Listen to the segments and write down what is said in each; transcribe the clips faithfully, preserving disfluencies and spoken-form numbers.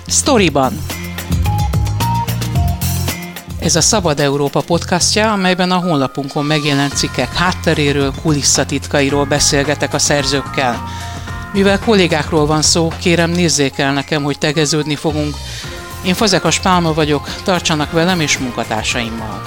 Sztoriban. Ez a Szabad Európa podcastja, amelyben a honlapunkon megjelent cikkek hátteréről, kulisszatitkairól beszélgetek a szerzőkkel. Mivel kollégákról van szó, kérem nézzék el nekem, hogy tegeződni fogunk. Én Fazekas Pálma vagyok, tartsanak velem és munkatársaimmal.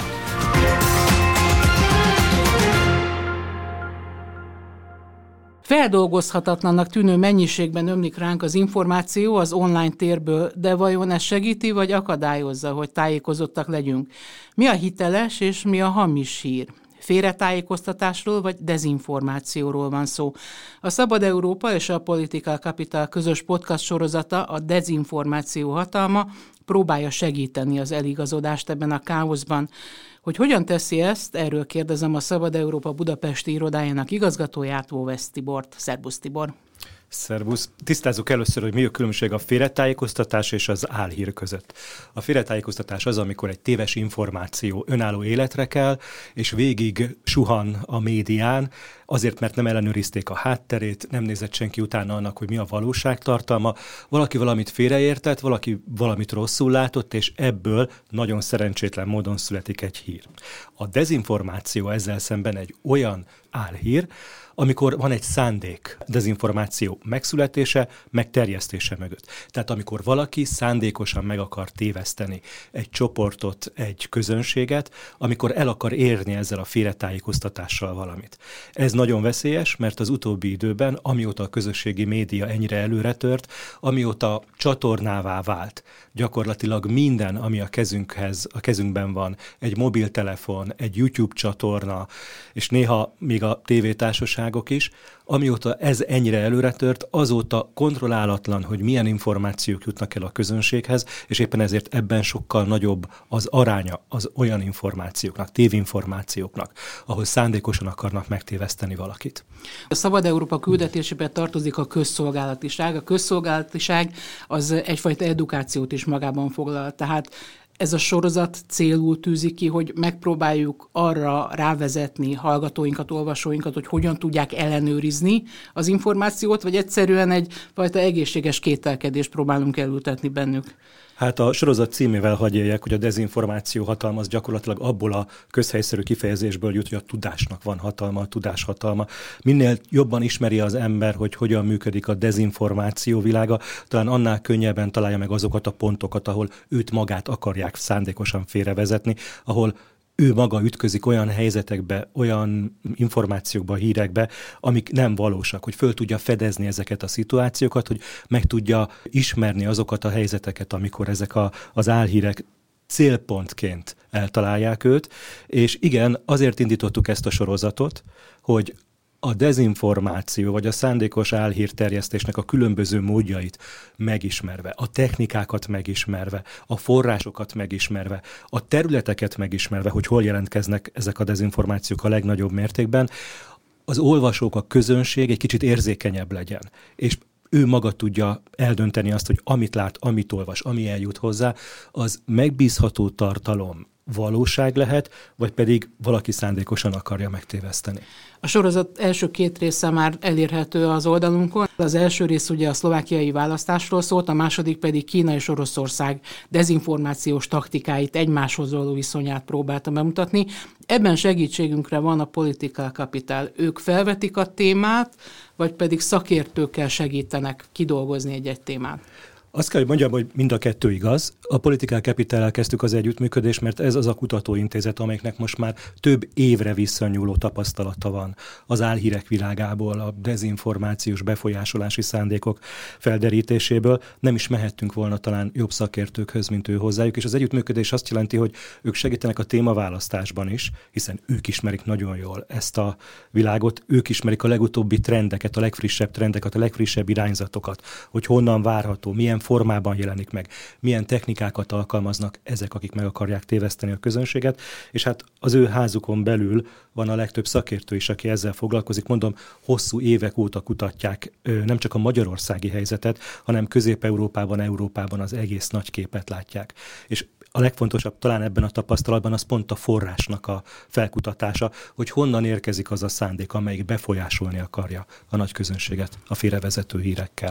Feldolgozhatatlannak tűnő mennyiségben ömlik ránk az információ az online térből, de vajon ez segíti vagy akadályozza, hogy tájékozottak legyünk? Mi a hiteles és mi a hamis hír? Félretájékoztatásról vagy dezinformációról van szó. A Szabad Európa és a Political Capital közös podcast sorozata, a Dezinformáció hatalma próbálja segíteni az eligazodást ebben a káoszban. Hogy hogyan teszi ezt, erről kérdezem a Szabad Európa budapesti irodájának igazgatóját, Vóvesz Tibort. Szerbusz, Tibor! Szervusz! Tisztázzuk először, hogy mi a különbség a félretájékoztatás és az álhír között. A félretájékoztatás az, amikor egy téves információ önálló életre kell, és végig suhan a médián, azért, mert nem ellenőrizték a hátterét, nem nézett senki utána annak, hogy mi a valóságtartalma. Valaki valamit félreértett, valaki valamit rosszul látott, és ebből nagyon szerencsétlen módon születik egy hír. A dezinformáció ezzel szemben egy olyan álhír, amikor van egy szándék dezinformáció megszületése, megterjesztése mögött. Tehát amikor valaki szándékosan meg akar téveszteni egy csoportot, egy közönséget, amikor el akar érni ezzel a félretájékoztatással valamit. Ez nagyon veszélyes, mert az utóbbi időben, amióta a közösségi média ennyire előre tört, amióta csatornává vált, gyakorlatilag minden, ami a kezünkhez, a kezünkben van, egy mobiltelefon, egy YouTube csatorna, és néha még a tévétársaságok is, amióta ez ennyire előre tört, azóta kontrollálatlan, hogy milyen információk jutnak el a közönséghez, és éppen ezért ebben sokkal nagyobb az aránya az olyan információknak, tévinformációknak, ahol szándékosan akarnak megtéveszteni valakit. A Szabad Európa küldetésében tartozik a közszolgálatiság. A közszolgálatiság az egyfajta edukációt is magában foglal, tehát ez a sorozat célul tűzi ki, hogy megpróbáljuk arra rávezetni hallgatóinkat, olvasóinkat, hogy hogyan tudják ellenőrizni az információt, vagy egyszerűen egyfajta egészséges kételkedést próbálunk elültetni bennük. Hát a sorozat címével hadd éljek, hogy a dezinformáció hatalma az gyakorlatilag abból a közhelyszerű kifejezésből jut, hogy a tudásnak van hatalma, a tudás hatalma. Minél jobban ismeri az ember, hogy hogyan működik a dezinformáció világa, talán annál könnyebben találja meg azokat a pontokat, ahol őt magát akarják szándékosan félrevezetni, ahol ő maga ütközik olyan helyzetekbe, olyan információkba, hírekbe, amik nem valósak, hogy föl tudja fedezni ezeket a szituációkat, hogy meg tudja ismerni azokat a helyzeteket, amikor ezek a, az álhírek célpontként eltalálják őt. És igen, azért indítottuk ezt a sorozatot, hogy a dezinformáció vagy a szándékos álhírterjesztésnek a különböző módjait megismerve, a technikákat megismerve, a forrásokat megismerve, a területeket megismerve, hogy hol jelentkeznek ezek a dezinformációk a legnagyobb mértékben, az olvasók, a közönség egy kicsit érzékenyebb legyen. És ő maga tudja eldönteni azt, hogy amit lát, amit olvas, ami eljut hozzá, az megbízható tartalom, valóság lehet, vagy pedig valaki szándékosan akarja megtéveszteni. A sorozat első két része már elérhető az oldalunkon. Az első rész ugye a szlovákiai választásról szólt, a második pedig Kína és Oroszország dezinformációs taktikáit, egymáshoz való viszonyát próbáltam bemutatni. Ebben segítségünkre van a Political Capital. Ők felvetik a témát, vagy pedig szakértőkkel segítenek kidolgozni egy-egy témát? Azt kell, hogy mondjam, hogy mind a kettő igaz. A Political Capital-el kezdtük az együttműködést, mert ez az a kutatóintézet, amelynek most már több évre visszanyúló tapasztalata van az álhírek világából, a dezinformációs befolyásolási szándékok felderítéséből. Nem is mehettünk volna talán jobb szakértőkhöz, mint ő hozzájuk, és az együttműködés azt jelenti, hogy ők segítenek a témaválasztásban is, hiszen ők ismerik nagyon jól ezt a világot, ők ismerik a legutóbbi trendeket, a legfrissebb trendeket, a legfrissebb irányzatokat, hogy honnan várható, milyen formában jelenik meg, milyen technikákat alkalmaznak ezek, akik meg akarják téveszteni a közönséget, és hát az ő házukon belül van a legtöbb szakértő is, aki ezzel foglalkozik. Mondom, hosszú évek óta kutatják nem csak a magyarországi helyzetet, hanem Közép-Európában, Európában az egész nagy képet látják. És a legfontosabb talán ebben a tapasztalatban az pont a forrásnak a felkutatása, hogy honnan érkezik az a szándék, amelyik befolyásolni akarja a nagy közönséget a félrevezető hírekkel.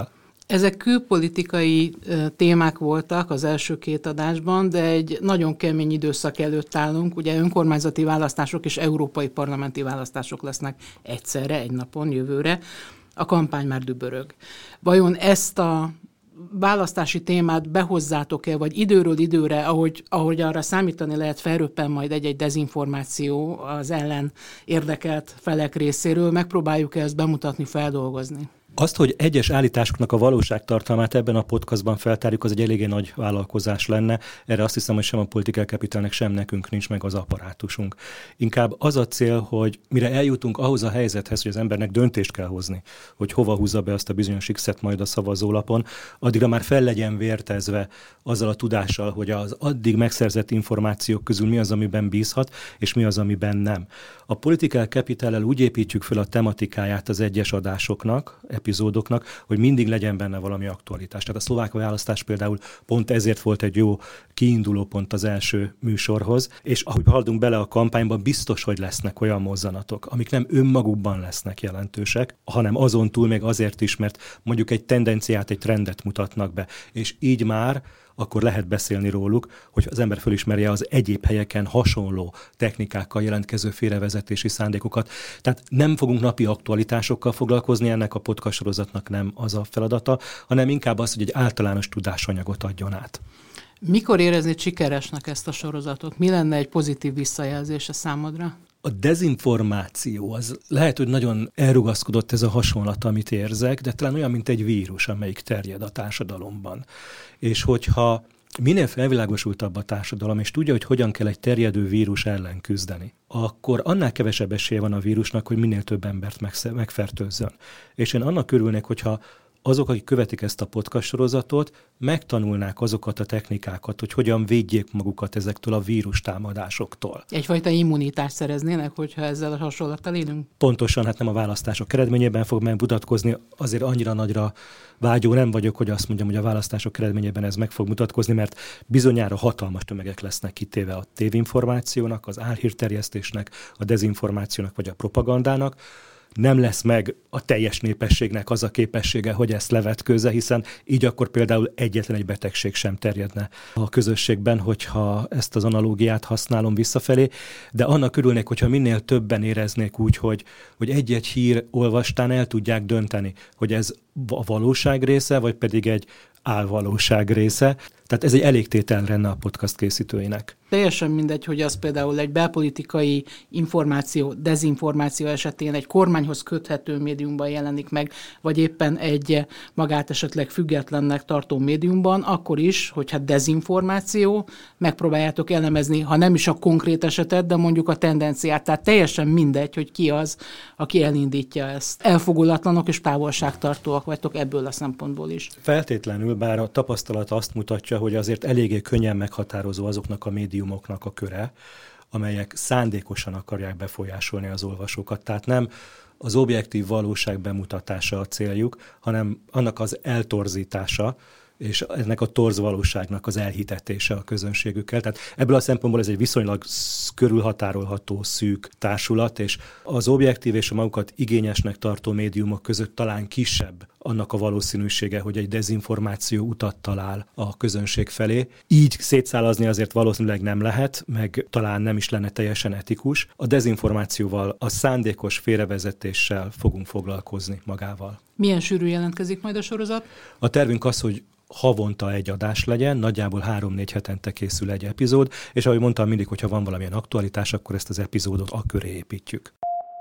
Ezek külpolitikai témák voltak az első két adásban, de egy nagyon kemény időszak előtt állunk. Ugye önkormányzati választások és európai parlamenti választások lesznek egyszerre, egy napon, jövőre. A kampány már dübörög. Vajon ezt a választási témát behozzátok-e, vagy időről időre, ahogy, ahogy arra számítani lehet, felröppen majd egy-egy dezinformáció az ellen érdekelt felek részéről, megpróbáljuk-e ezt bemutatni, feldolgozni? Azt, hogy egyes állításoknak a valóságtartalmát ebben a podcastban feltárjuk, az egy eléggé nagy vállalkozás lenne. Erre azt hiszem, hogy sem a Political Capitalnek, sem nekünk nincs meg az apparátusunk. Inkább az a cél, hogy mire eljutunk ahhoz a helyzethez, hogy az embernek döntést kell hozni, hogy hova húzza be azt a bizonyos X-et majd a szavazólapon, addigra már fel legyen vértezve azzal a tudással, hogy az addig megszerzett információk közül mi az, amiben bízhat, és mi az, amiben nem. A Political Capital-el úgy építjük fel a tematikáját az egyes adásoknak, epizódoknak, hogy mindig legyen benne valami aktualitás. Tehát a szlovák választás például pont ezért volt egy jó kiinduló pont az első műsorhoz, és ahogy haladunk bele a kampányba, biztos, hogy lesznek olyan mozzanatok, amik nem önmagukban lesznek jelentősek, hanem azon túl még azért is, mert mondjuk egy tendenciát, egy trendet mutatnak be, és így már akkor lehet beszélni róluk, hogy az ember fölismerje az egyéb helyeken hasonló technikákkal jelentkező félrevezetési szándékokat. Tehát nem fogunk napi aktualitásokkal foglalkozni, ennek a podcast sorozatnak nem az a feladata, hanem inkább az, hogy egy általános tudásanyagot adjon át. Mikor érezni sikeresnek ezt a sorozatot? Mi lenne egy pozitív visszajelzés a számodra? A dezinformáció, az lehet, hogy nagyon elrugaszkodott ez a hasonlat, amit érzek, de talán olyan, mint egy vírus, amelyik terjed a társadalomban. És hogyha minél felvilágosultabb a társadalom, és tudja, hogy hogyan kell egy terjedő vírus ellen küzdeni, akkor annál kevesebb esélye van a vírusnak, hogy minél több embert megfertőzzön. És én annak örülnék, hogyha azok, akik követik ezt a podcast sorozatot, megtanulnák azokat a technikákat, hogy hogyan védjék magukat ezektől a vírustámadásoktól. Egyfajta immunitást szereznének, hogyha ezzel a hasonlattal élünk? Pontosan, hát nem a választások eredményében fog megmutatkozni, azért annyira nagyra vágyó nem vagyok, hogy azt mondjam, hogy a választások eredményében ez meg fog mutatkozni, mert bizonyára hatalmas tömegek lesznek kitéve a tévinformációnak, az álhírterjesztésnek, a dezinformációnak vagy a propagandának. Nem lesz meg a teljes népességnek az a képessége, hogy ezt levetkőzze, hiszen így akkor például egyetlen egy betegség sem terjedne a közösségben, hogyha ezt az analógiát használom visszafelé, de annak örülnék, hogyha minél többen éreznék úgy, hogy, hogy egy-egy hír olvastán el tudják dönteni, hogy ez a valóság része, vagy pedig egy álvalóság része. Tehát ez egy elégtétel lenne a podcast készítőinek. Teljesen mindegy, hogy az például egy belpolitikai információ, dezinformáció esetén egy kormányhoz köthető médiumban jelenik meg, vagy éppen egy magát esetleg függetlennek tartó médiumban, akkor is, hogyha dezinformáció, megpróbáljátok elemezni, ha nem is a konkrét esetet, de mondjuk a tendenciát. Tehát teljesen mindegy, hogy ki az, aki elindítja ezt. Elfogulatlanok és távolságtartóak vagytok ebből a szempontból is. Feltétlenül, bár a tapasztalat azt mutatja, hogy azért eléggé könnyen meghatározó azoknak a médiumoknak a köre, amelyek szándékosan akarják befolyásolni az olvasókat. Tehát nem az objektív valóság bemutatása a céljuk, hanem annak az eltorzítása, és ennek a torz valóságnak az elhitetése a közönségükkel. Tehát ebből a szempontból ez egy viszonylag körülhatárolható szűk társulat, és az objektív és a magukat igényesnek tartó médiumok között talán kisebb annak a valószínűsége, hogy egy dezinformáció utat talál a közönség felé. Így szétszálazni azért valószínűleg nem lehet, meg talán nem is lenne teljesen etikus. A dezinformációval, a szándékos félrevezetéssel fogunk foglalkozni magával. Milyen sűrű jelentkezik majd a sorozat? A tervünk az, hogy havonta egy adás legyen, nagyjából három-négy hetente készül egy epizód, és ahogy mondtam mindig, hogyha van valamilyen aktualitás, akkor ezt az epizódot a köré építjük.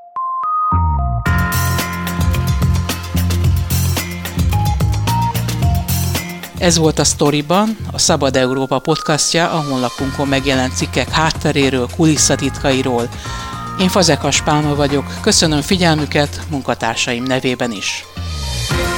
Ez volt a Sztoriban, a Szabad Európa podcastja, a honlapunkon megjelent cikkek hátteréről, kulisszatitkairól. Én Fazekas Pálma vagyok, köszönöm figyelmüket munkatársaim nevében is.